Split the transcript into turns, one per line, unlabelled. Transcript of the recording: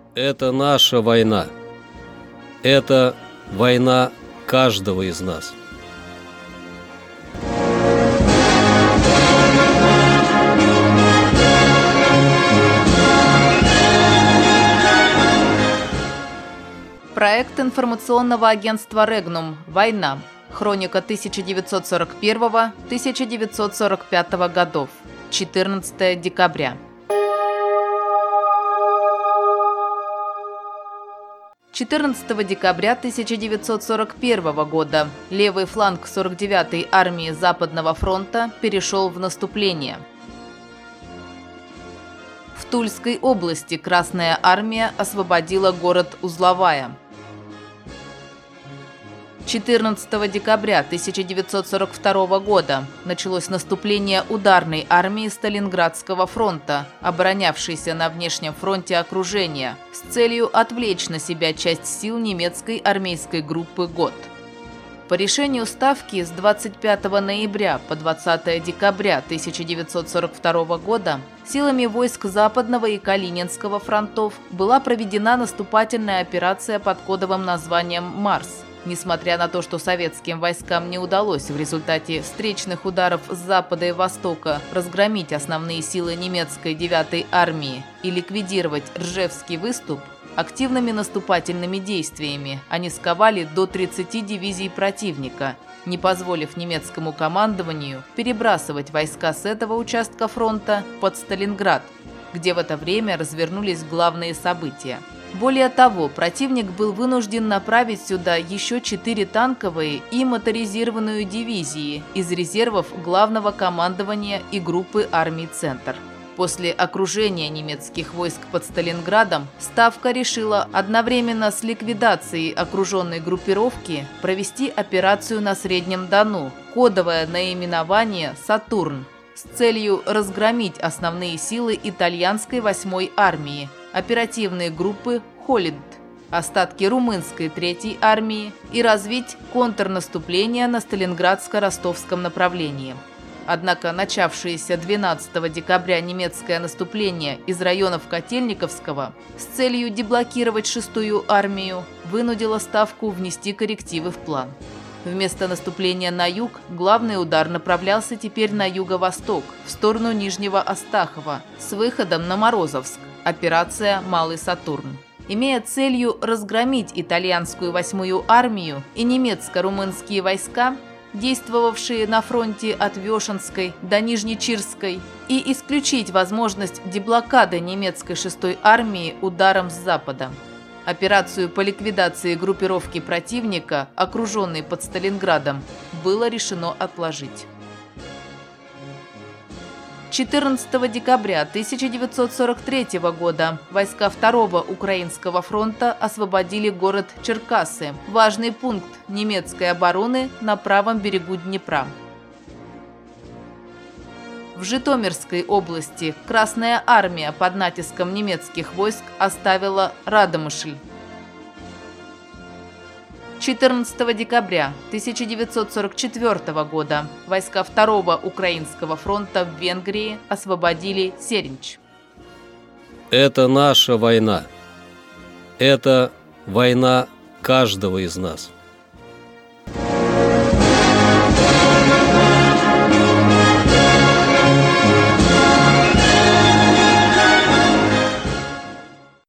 Это наша война. Это война каждого из нас.
Проект информационного агентства «Регнум. Война. Хроника 1941-1945 годов. 14 декабря. 14 декабря 1941 года левый фланг 49-й армии Западного фронта перешел в наступление. В Тульской области Красная армия освободила город Узловая. 14 декабря 1942 года началось наступление ударной армии Сталинградского фронта, оборонявшейся на внешнем фронте окружения, с целью отвлечь на себя часть сил немецкой армейской группы ГОТ. По решению Ставки с 25 ноября по 20 декабря 1942 года силами войск Западного и Калининского фронтов была проведена наступательная операция под кодовым названием «Марс». Несмотря на то, что советским войскам не удалось в результате встречных ударов с запада и востока разгромить основные силы немецкой 9-й армии и ликвидировать Ржевский выступ, активными наступательными действиями они сковали до 30 дивизий противника, не позволив немецкому командованию перебрасывать войска с этого участка фронта под Сталинград, где в это время развернулись главные события. Более того, противник был вынужден направить сюда еще 4 танковые и моторизированную дивизии из резервов главного командования и группы армий «Центр». После окружения немецких войск под Сталинградом Ставка решила одновременно с ликвидацией окруженной группировки провести операцию на Среднем Дону, кодовое наименование «Сатурн», с целью разгромить основные силы итальянской 8-й армии, оперативные группы «Холланд», остатки румынской 3-й армии и развить контрнаступление на Сталинградско-Ростовском направлении. Однако начавшееся 12 декабря немецкое наступление из районов Котельниковского с целью деблокировать 6-ю армию вынудило Ставку внести коррективы в план. Вместо наступления на юг главный удар направлялся теперь на юго-восток, в сторону Нижнего Астахова, с выходом на Морозовск, операция «Малый Сатурн». Имея целью разгромить итальянскую 8-ю армию и немецко-румынские войска, действовавшие на фронте от Вешенской до Нижнечирской, и исключить возможность деблокады немецкой 6-й армии ударом с запада. Операцию по ликвидации группировки противника, окруженной под Сталинградом, было решено отложить. 14 декабря 1943 года войска 2-го Украинского фронта освободили город Черкассы, важный пункт немецкой обороны на правом берегу Днепра. В Житомирской области Красная армия под натиском немецких войск оставила Радомышль. 14 декабря 1944 года войска 2-го Украинского фронта в Венгрии освободили Серемч.
Это наша война. Это война каждого из нас.